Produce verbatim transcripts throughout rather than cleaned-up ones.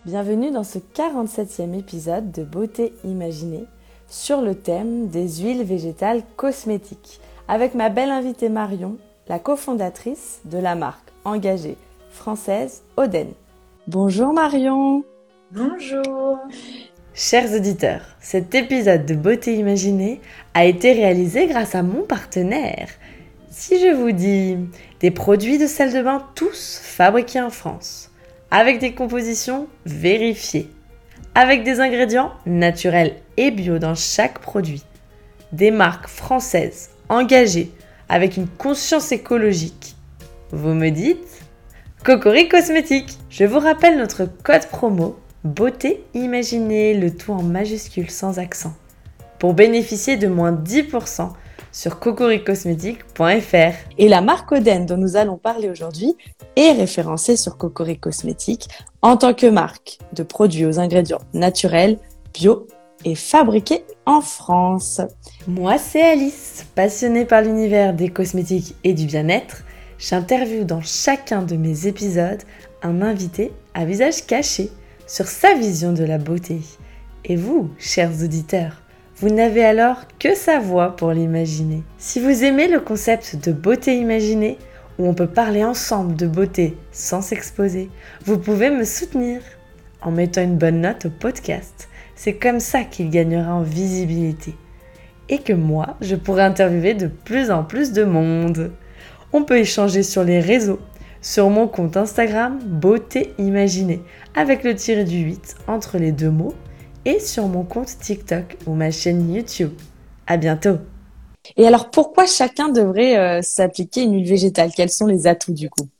Bienvenue dans ce quarante-septième épisode de Beauté Imaginée sur le thème des huiles végétales cosmétiques avec ma belle invitée Marion, la cofondatrice de la marque engagée française Oden. Bonjour Marion. Bonjour. Chers auditeurs, cet épisode de Beauté Imaginée a été réalisé grâce à mon partenaire. Si je vous dis des produits de salle de bain tous fabriqués en France, avec des compositions vérifiées, avec des ingrédients naturels et bio dans chaque produit, des marques françaises engagées avec une conscience écologique, vous me dites Cocori Cosmétiques. Je vous rappelle notre code promo Beauté Imaginée, le tout en majuscule sans accent, pour bénéficier de moins dix pour cent sur cocori cosmétiques point f r. Et la marque Oden dont nous allons parler aujourd'hui est référencée sur Cocori Cosmétiques en tant que marque de produits aux ingrédients naturels, bio et fabriqués en France. Moi, c'est Alice, passionnée par l'univers des cosmétiques et du bien-être. J'interviewe dans chacun de mes épisodes un invité à visage caché sur sa vision de la beauté. Et vous, chers auditeurs, vous n'avez alors que sa voix pour l'imaginer. Si vous aimez le concept de beauté imaginée, où on peut parler ensemble de beauté sans s'exposer, vous pouvez me soutenir en mettant une bonne note au podcast. C'est comme ça qu'il gagnera en visibilité. Et que moi, je pourrai interviewer de plus en plus de monde. On peut échanger sur les réseaux, sur mon compte Instagram Beauté Imaginée, avec le tiré du huit entre les deux mots, et sur mon compte TikTok ou ma chaîne YouTube. À bientôt. Et alors, pourquoi chacun devrait euh, s'appliquer une huile végétale? Quels sont les atouts du coup?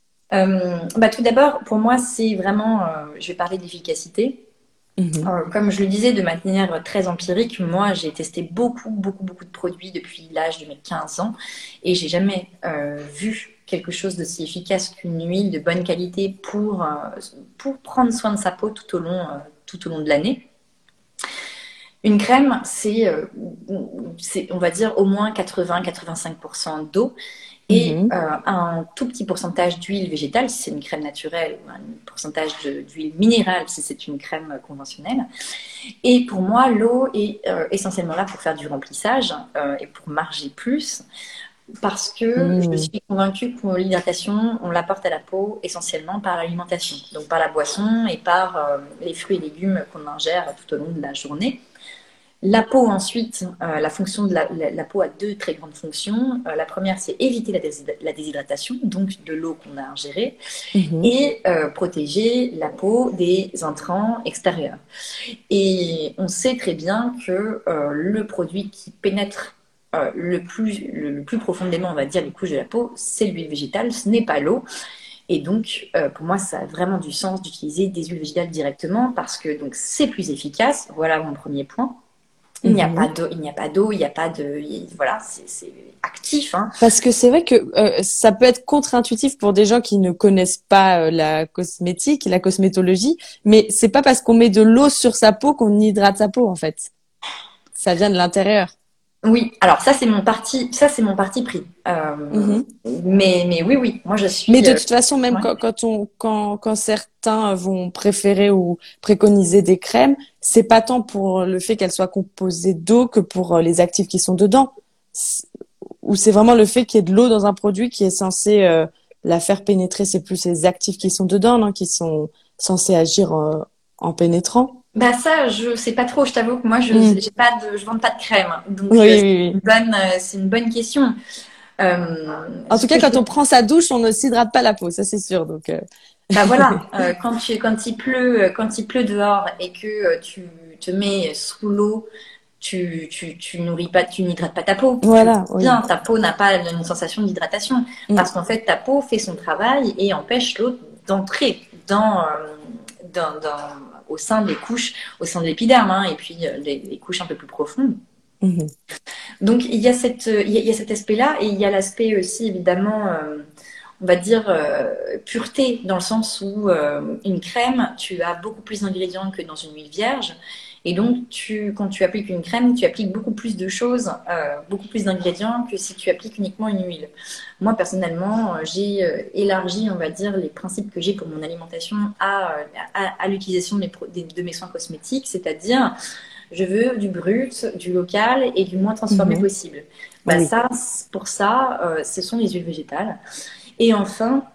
euh, bah, Tout d'abord, pour moi, c'est vraiment, euh, je vais parler d'efficacité. Mmh. Euh, comme je le disais de manière très empirique, moi, j'ai testé beaucoup, beaucoup, beaucoup de produits depuis l'âge de mes quinze ans et j'ai jamais euh, vu quelque chose d'aussi efficace qu'une huile de bonne qualité pour, euh, pour prendre soin de sa peau tout au long, euh, tout au long de l'année. Une crème, c'est, euh, c'est, on va dire, au moins quatre-vingts à quatre-vingt-cinq pour cent d'eau et mmh. euh, un tout petit pourcentage d'huile végétale, si c'est une crème naturelle, ou un pourcentage de, d'huile minérale, si c'est une crème conventionnelle. Et pour moi, l'eau est euh, essentiellement là pour faire du remplissage euh, et pour marger plus, parce que mmh. je suis convaincue que l'hydratation, on l'apporte à la peau essentiellement par l'alimentation, donc par la boisson et par euh, les fruits et légumes qu'on ingère tout au long de la journée. La peau, ensuite, euh, la fonction de la, la, la peau a deux très grandes fonctions. Euh, la première, c'est éviter la, dés, la déshydratation, donc de l'eau qu'on a ingérée, mmh. et euh, protéger la peau des intrants extérieurs. Et on sait très bien que euh, le produit qui pénètre euh, le, plus, le, le plus profondément, on va dire, les couches de la peau, c'est l'huile végétale, ce n'est pas l'eau. Et donc, euh, pour moi, ça a vraiment du sens d'utiliser des huiles végétales directement parce que donc, c'est plus efficace. Voilà mon premier point. Il n'y a pas d'eau, il n'y a pas d'eau, il n'y a pas de, il, voilà, c'est, c'est actif, hein. Parce que c'est vrai que euh, ça peut être contre-intuitif pour des gens qui ne connaissent pas euh, la cosmétique, la cosmétologie, mais c'est pas parce qu'on met de l'eau sur sa peau qu'on hydrate sa peau en fait. Ça vient de l'intérieur. Oui, alors ça c'est mon parti, ça c'est mon parti pris. Euh, mm-hmm. Mais mais oui oui, moi je suis. Mais de toute façon, même euh, ouais. quand, quand on quand quand certains vont préférer ou préconiser des crèmes, c'est pas tant pour le fait qu'elles soient composées d'eau que pour les actifs qui sont dedans. Ou c'est vraiment le fait qu'il y ait de l'eau dans un produit qui est censé euh, la faire pénétrer. C'est plus les actifs qui sont dedans, non, qui sont censés agir euh, en pénétrant. Bah ça, je sais pas trop. Je t'avoue que moi, je mm. j'ai pas de, je vends pas de crème, donc oui, euh, oui, c'est, oui. Une bonne, euh, c'est une bonne question. Euh, en tout cas, quand je... on prend sa douche, on ne s'hydrate pas la peau, ça c'est sûr. Donc, euh... bah voilà, euh, quand tu, quand il pleut, quand il pleut dehors et que euh, tu te mets sous l'eau, tu, tu, tu nourris pas, tu n'hydrates pas ta peau. Voilà. Oui. Bien, ta peau n'a pas une sensation d'hydratation mm. parce qu'en fait, ta peau fait son travail et empêche l'eau d'entrer dans, euh, dans, dans au sein des couches, au sein de l'épiderme, hein, et puis euh, les, les couches un peu plus profondes. Mmh. Donc il y a cette, il y a, il y a cet aspect-là, et il y a l'aspect aussi évidemment, euh, on va dire, euh, pureté, dans le sens où euh, une crème, tu as beaucoup plus d'ingrédients que dans une huile vierge. Et donc, tu, quand tu appliques une crème, tu appliques beaucoup plus de choses, euh, beaucoup plus d'ingrédients que si tu appliques uniquement une huile. Moi, personnellement, j'ai euh, élargi, on va dire, les principes que j'ai pour mon alimentation à, à, à l'utilisation de mes, pro- des- de mes soins cosmétiques, c'est-à-dire, je veux du brut, du local et du moins transformé Mhm. possible. Bah Oui. ça, pour ça, euh, ce sont les huiles végétales. Et enfin,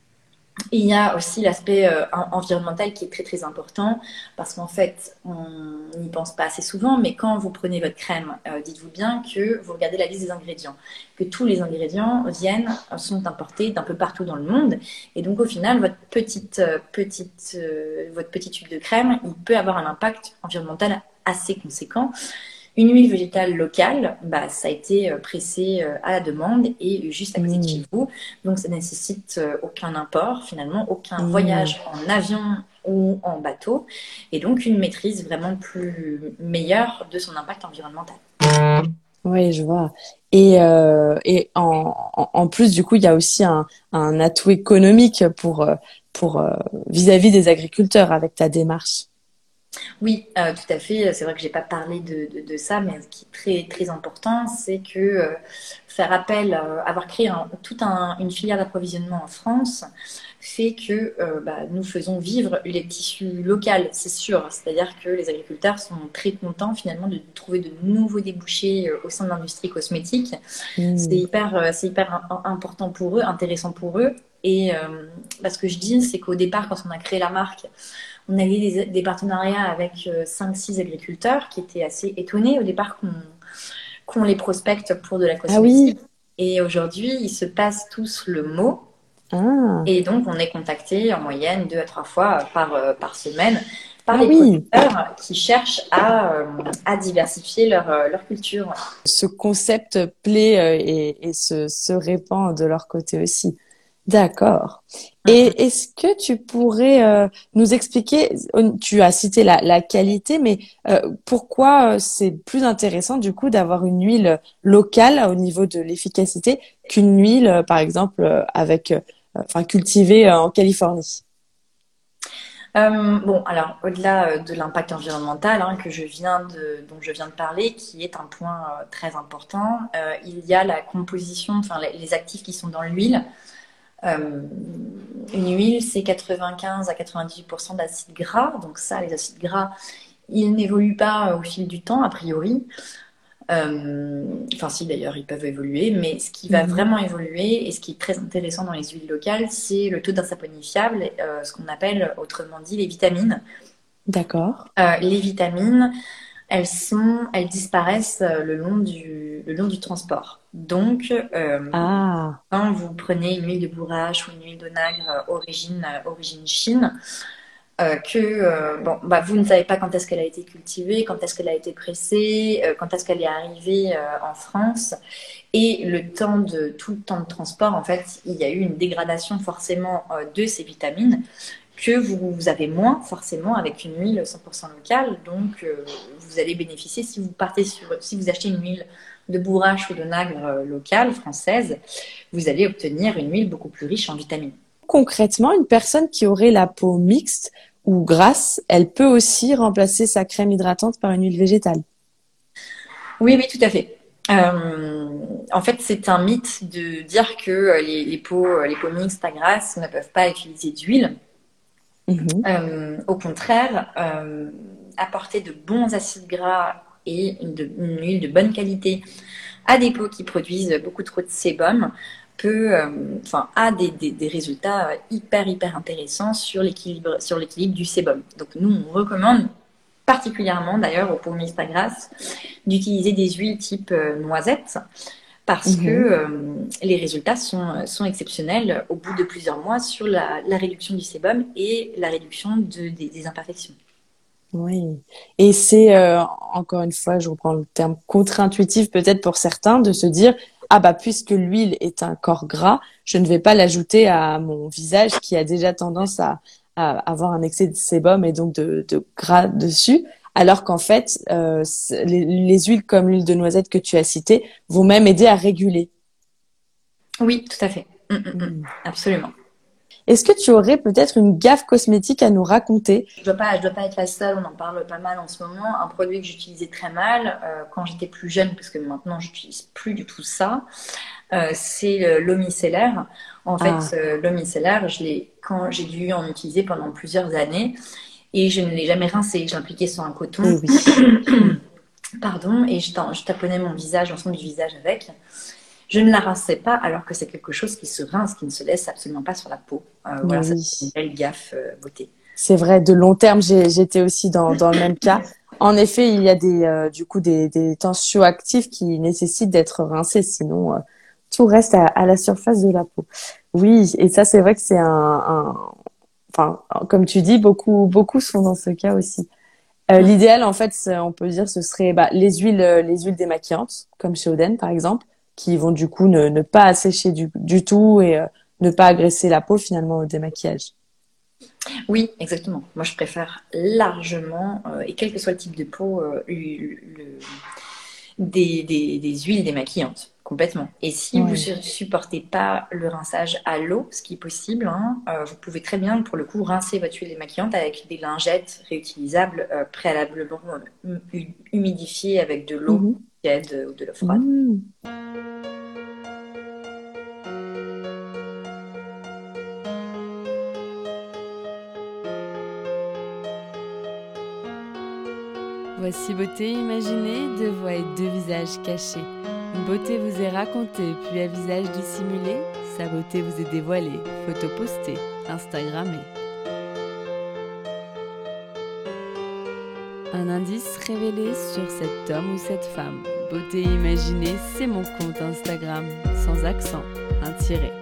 il y a aussi l'aspect euh, environnemental qui est très très important parce qu'en fait, on n'y pense pas assez souvent, mais quand vous prenez votre crème, euh, dites-vous bien que vous regardez la liste des ingrédients, que tous les ingrédients viennent, sont importés d'un peu partout dans le monde, et donc au final, votre petite euh, petite euh, votre petit tube de crème, il peut avoir un impact environnemental assez conséquent. Une huile végétale locale, bah, ça a été euh, pressé euh, à la demande et juste à côté de chez Mm. vous. Donc, ça nécessite euh, aucun import, finalement, aucun Mm. voyage en avion ou en bateau. Et donc, une maîtrise vraiment plus meilleure de son impact environnemental. Oui, je vois. Et, euh, et en, en, en plus, du coup, il y a aussi un, un atout économique pour, euh, pour, euh, vis-à-vis des agriculteurs avec ta démarche. Oui, euh, tout à fait. C'est vrai que j'ai pas parlé de, de, de ça, mais ce qui est très très important, c'est que euh, faire appel, euh, avoir créé un, toute un, une filière d'approvisionnement en France, fait que euh, bah, nous faisons vivre les tissus locaux, c'est sûr. C'est-à-dire que les agriculteurs sont très contents finalement de trouver de nouveaux débouchés euh, au sein de l'industrie cosmétique. C'est Mm. hyper, euh, c'est hyper im- important pour eux, intéressant pour eux. Et euh, bah, ce que je dis, c'est qu'au départ, quand on a créé la marque, on avait des, des partenariats avec euh, cinq six agriculteurs qui étaient assez étonnés au départ qu'on qu'on les prospecte pour de la Ah cosmétique. oui. Et aujourd'hui, ils se passent tous le mot. Ah. Et donc, on est contacté en moyenne deux à trois fois par, euh, par semaine par Ah des oui. producteurs qui cherchent à, euh, à diversifier leur, euh, leur culture. Ce concept plaît euh, et, et se, se répand de leur côté aussi. D'accord. Mm, mm. Et est-ce que tu pourrais euh, nous expliquer, tu as cité la, la qualité, mais euh, pourquoi euh, c'est plus intéressant du coup d'avoir une huile locale au niveau de l'efficacité qu'une huile, euh, par exemple, euh, avec, euh, enfin, cultivée euh, en Californie? Euh, bon, alors au-delà euh, de l'impact environnemental hein, que je viens de, dont je viens de parler, qui est un point euh, très important, euh, il y a la composition, enfin les, les actifs qui sont dans l'huile. Euh, une huile, c'est quatre-vingt-quinze à quatre-vingt-dix-huit pour cent d'acides gras, donc ça, les acides gras, ils n'évoluent pas au fil du temps, a priori. Euh, enfin, si d'ailleurs, ils peuvent évoluer, mais ce qui va Mhm. vraiment évoluer et ce qui est très intéressant dans les huiles locales, c'est le taux d'insaponifiable, euh, ce qu'on appelle autrement dit les vitamines. D'accord. Euh, les vitamines, elles sont, elles disparaissent euh, le long du, le long du transport. Donc, euh, Ah. quand vous prenez une huile de bourrache ou une huile d'onagre euh, origine, euh, origine Chine, euh, que euh, bon, bah, vous ne savez pas quand est-ce qu'elle a été cultivée, quand est-ce qu'elle a été pressée, euh, quand est-ce qu'elle est arrivée euh, en France. Et le temps de, tout le temps de transport, en fait, il y a eu une dégradation forcément euh, de ces vitamines que vous, vous avez moins forcément avec une huile cent pour cent locale. Donc, euh, vous allez bénéficier si vous partez sur, si vous achetez une huile de bourrache ou de nagre euh, locale, française, vous allez obtenir une huile beaucoup plus riche en vitamines. Concrètement, une personne qui aurait la peau mixte ou grasse, elle peut aussi remplacer sa crème hydratante par une huile végétale. Oui, oui, tout à fait. Euh, en fait, c'est un mythe de dire que euh, les, les peaux, euh, les peaux mixtes à grasse ne peuvent pas utiliser d'huile. Mhm. Euh, au contraire, euh, apporter de bons acides gras et une, de- une huile de bonne qualité à des peaux qui produisent beaucoup trop de sébum peut, euh, enfin, a des, des- des résultats hyper, hyper intéressants sur l'équilibre, sur l'équilibre du sébum. Donc, nous, on recommande particulièrement d'ailleurs aux peaux mixtes à grasse d'utiliser des huiles type euh, noisette parce que Mhm. euh, les résultats sont, sont exceptionnels au bout de plusieurs mois sur la, la réduction du sébum et la réduction de, des, des imperfections. Oui. Et c'est, euh, encore une fois, je reprends le terme contre-intuitif peut-être pour certains, de se dire, ah bah puisque l'huile est un corps gras, je ne vais pas l'ajouter à mon visage qui a déjà tendance à, à avoir un excès de sébum et donc de, de gras dessus. Alors qu'en fait, euh, c'est- les, les huiles comme l'huile de noisette que tu as citée vont même aider à réguler. Oui, tout à fait. mm, mm, mm. Absolument. Est-ce que tu aurais peut-être une gaffe cosmétique à nous raconter? Je dois pas, je dois pas être la seule, on en parle pas mal en ce moment. Un produit que j'utilisais très mal euh, quand j'étais plus jeune, parce que maintenant j'utilise plus du tout ça, euh, c'est l'eau micellaire. En fait, Ah. euh, l'eau micellaire, je l'ai, quand j'ai dû en utiliser pendant plusieurs années, et je ne l'ai jamais rincé. Je l'appliquais sur un coton. Eh oui. Pardon, et je, je taponnais mon visage, l'ensemble du visage avec. Je ne la rinçais pas, alors que c'est quelque chose qui se rince, qui ne se laisse absolument pas sur la peau. Euh, voilà, Oui. c'est une belle gaffe euh, beauté. C'est vrai, de long terme, j'ai, j'étais aussi dans, dans le même cas. En effet, il y a des, euh, du coup, des, des tensioactifs qui nécessitent d'être rincés, sinon euh, tout reste à, à la surface de la peau. Oui, et ça, c'est vrai que c'est un, un, enfin, comme tu dis, beaucoup, beaucoup sont dans ce cas aussi. Euh, l'idéal, en fait, on peut dire, ce serait bah, les huiles, les huiles démaquillantes, comme chez Oden, par exemple, qui vont du coup ne, ne pas assécher du, du tout et euh, ne pas agresser la peau finalement au démaquillage. Oui, exactement. Moi, je préfère largement, euh, et quel que soit le type de peau, euh, le, le- des, des, des huiles démaquillantes, complètement. Et si vous Ouais. ne supportez pas le rinçage à l'eau, ce qui est possible, hein, euh, vous pouvez très bien, pour le coup, rincer votre huile démaquillante avec des lingettes réutilisables euh, préalablement euh, hu- humidifiées avec de l'eau Mhm. tiède ou de l'eau froide. Mmh. Voici beauté imaginée, deux voix et deux visages cachés. Une beauté vous est racontée, puis un visage dissimulé. Sa beauté vous est dévoilée, photo postée, Instagrammée. Un indice révélé sur cet homme ou cette femme. Beauté imaginée, c'est mon compte Instagram, sans accent, un tiret.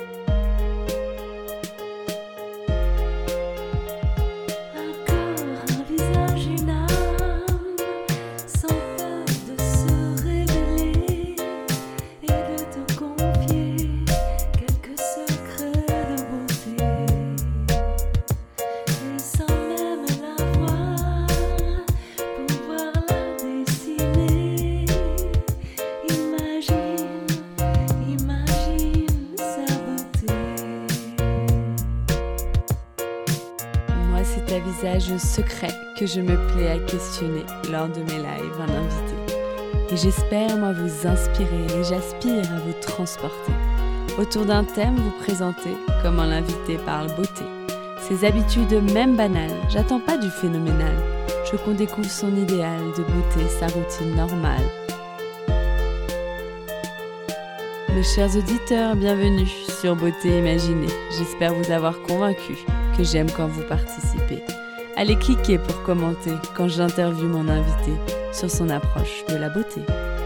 C'est un visage secret que je me plais à questionner lors de mes lives en invité. Et j'espère, moi, vous inspirer et j'aspire à vous transporter. Autour d'un thème, vous présenter comment l'invité parle beauté. Ses habitudes même banales, j'attends pas du phénoménal. Je veux qu'on découvre son idéal de beauté, sa routine normale. Mes chers auditeurs, bienvenue sur Beauté Imaginée. J'espère vous avoir convaincu que j'aime quand vous participez. Allez cliquer pour commenter quand j'interviewe mon invité sur son approche de la beauté.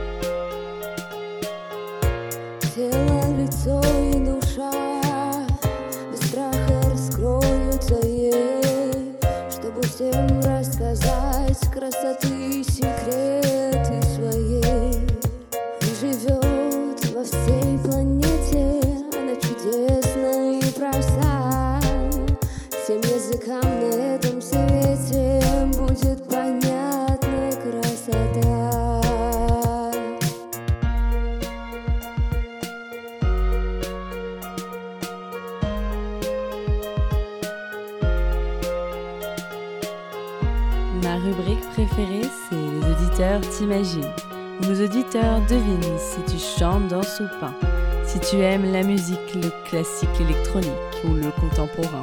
Ma rubrique préférée, c'est Les auditeurs t'imaginent, où nos auditeurs devinent si tu chantes, danses ou peins, si tu aimes la musique, le classique, l'électronique ou le contemporain.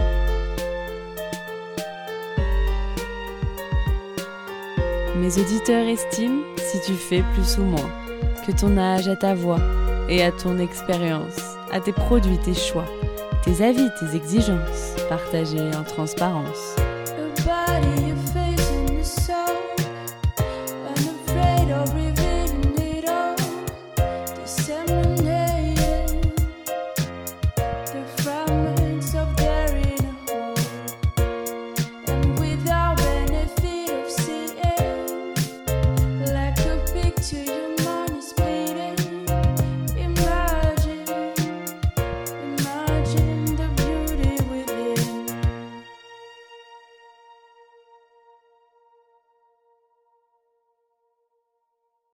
Mes auditeurs estiment si tu fais plus ou moins, que ton âge à ta voix et à ton expérience, à tes produits, tes choix, tes avis, tes exigences, partagés en transparence. Nobody